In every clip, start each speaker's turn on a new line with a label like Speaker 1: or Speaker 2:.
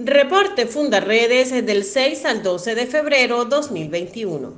Speaker 1: Reporte Fundarredes del 6 al 12 de febrero 2021.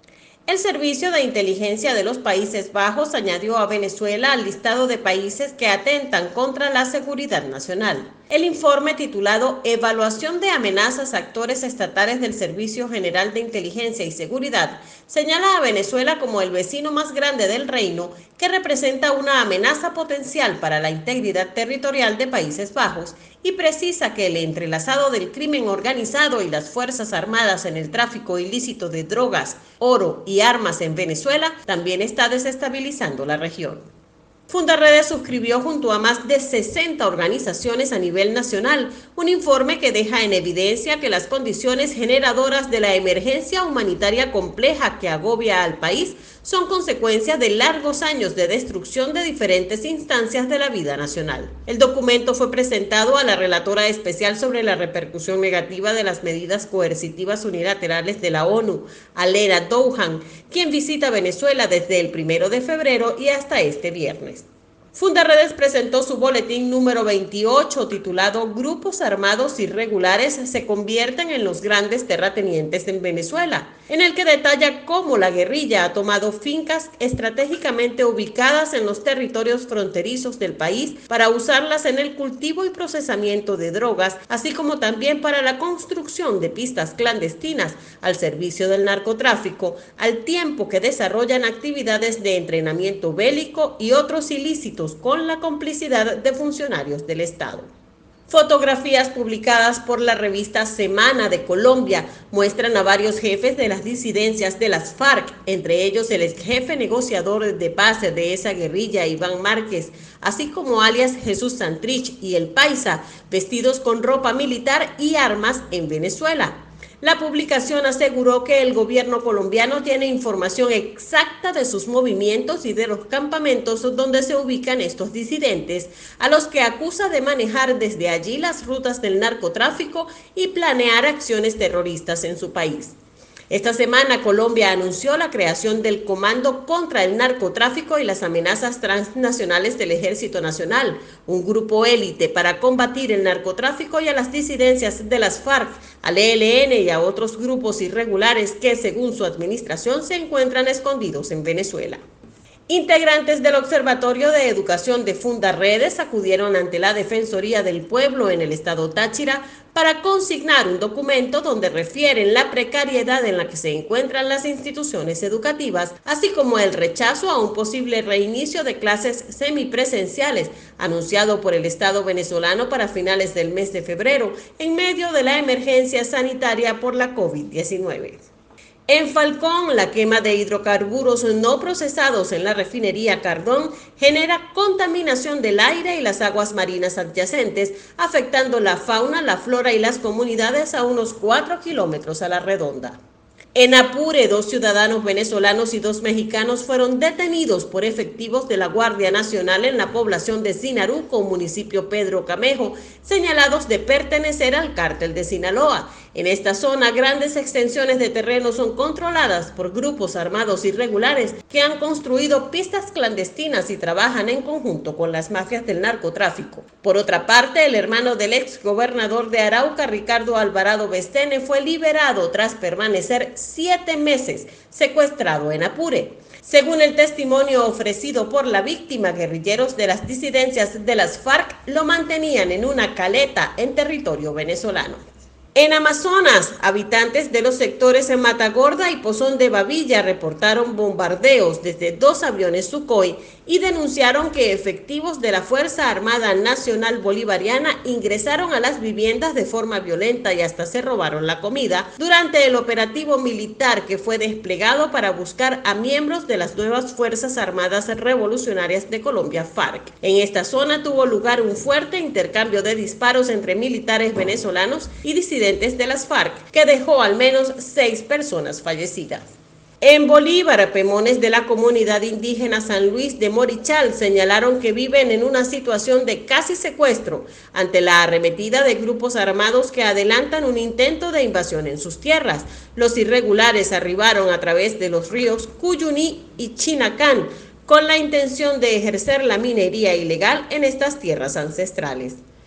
Speaker 1: El Servicio de Inteligencia de los Países Bajos añadió a Venezuela al listado de países que atentan contra la seguridad nacional. El informe titulado Evaluación de amenazas a actores estatales del Servicio General de Inteligencia y Seguridad señala a Venezuela como el vecino más grande del reino que representa una amenaza potencial para la integridad territorial de Países Bajos y precisa que el entrelazado del crimen organizado y las Fuerzas Armadas en el tráfico ilícito de drogas, oro y armas en Venezuela también está desestabilizando la región. Fundarredes suscribió junto a más de 60 organizaciones a nivel nacional un informe que deja en evidencia que las condiciones generadoras de la emergencia humanitaria compleja que agobia al país son consecuencia de largos años de destrucción de diferentes instancias de la vida nacional. El documento fue presentado a la relatora especial sobre la repercusión negativa de las medidas coercitivas unilaterales de la ONU, Alena Douhan, quien visita Venezuela desde el 1 de febrero y hasta este viernes. Fundarredes presentó su boletín número 28 titulado Grupos armados irregulares se convierten en los grandes terratenientes en Venezuela, en el que detalla cómo la guerrilla ha tomado fincas estratégicamente ubicadas en los territorios fronterizos del país para usarlas en el cultivo y procesamiento de drogas, así como también para la construcción de pistas clandestinas al servicio del narcotráfico, al tiempo que desarrollan actividades de entrenamiento bélico y otros ilícitos con la complicidad de funcionarios del Estado. Fotografías publicadas por la revista Semana de Colombia muestran a varios jefes de las disidencias de las FARC, entre ellos el ex jefe negociador de paz de esa guerrilla, Iván Márquez, así como alias Jesús Santrich y el Paisa, vestidos con ropa militar y armas en Venezuela. La publicación aseguró que el gobierno colombiano tiene información exacta de sus movimientos y de los campamentos donde se ubican estos disidentes, a los que acusa de manejar desde allí las rutas del narcotráfico y planear acciones terroristas en su país. Esta semana Colombia anunció la creación del Comando contra el Narcotráfico y las Amenazas Transnacionales del Ejército Nacional, un grupo élite para combatir el narcotráfico y a las disidencias de las FARC, al ELN y a otros grupos irregulares que, según su administración, se encuentran escondidos en Venezuela. Integrantes del Observatorio de Educación de Fundarredes acudieron ante la Defensoría del Pueblo en el estado Táchira para consignar un documento donde refieren la precariedad en la que se encuentran las instituciones educativas, así como el rechazo a un posible reinicio de clases semipresenciales anunciado por el Estado venezolano para finales del mes de febrero, en medio de la emergencia sanitaria por la COVID-19. En Falcón, la quema de hidrocarburos no procesados en la refinería Cardón genera contaminación del aire y las aguas marinas adyacentes, afectando la fauna, la flora y las comunidades a unos 4 kilómetros a la redonda. En Apure, 2 ciudadanos venezolanos y 2 mexicanos fueron detenidos por efectivos de la Guardia Nacional en la población de Sinaruco, municipio Pedro Camejo, señalados de pertenecer al cártel de Sinaloa. En esta zona, grandes extensiones de terreno son controladas por grupos armados irregulares que han construido pistas clandestinas y trabajan en conjunto con las mafias del narcotráfico. Por otra parte, el hermano del ex gobernador de Arauca, Ricardo Alvarado Bestene, fue liberado tras permanecer 7 meses secuestrado en Apure. Según el testimonio ofrecido por la víctima, guerrilleros de las disidencias de las FARC lo mantenían en una caleta en territorio venezolano. En Amazonas, habitantes de los sectores en Matagorda y Pozón de Babilla reportaron bombardeos desde 2 aviones Sukhoi y denunciaron que efectivos de la Fuerza Armada Nacional Bolivariana ingresaron a las viviendas de forma violenta y hasta se robaron la comida durante el operativo militar que fue desplegado para buscar a miembros de las nuevas Fuerzas Armadas Revolucionarias de Colombia, FARC. En esta zona tuvo lugar un fuerte intercambio de disparos entre militares venezolanos y disidentes de las FARC, que dejó al menos 6 personas fallecidas. En Bolívar, pemones de la comunidad indígena San Luis de Morichal señalaron que viven en una situación de casi secuestro ante la arremetida de grupos armados que adelantan un intento de invasión en sus tierras. Los irregulares arribaron a través de los ríos Cuyuní y Chinacán con la intención de ejercer la minería ilegal en estas tierras ancestrales.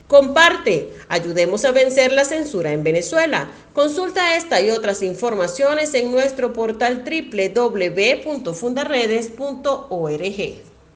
Speaker 1: Comparte, ayudemos a vencer la censura en Venezuela. Consulta esta y otras informaciones en nuestro portal www.fundaredes.org.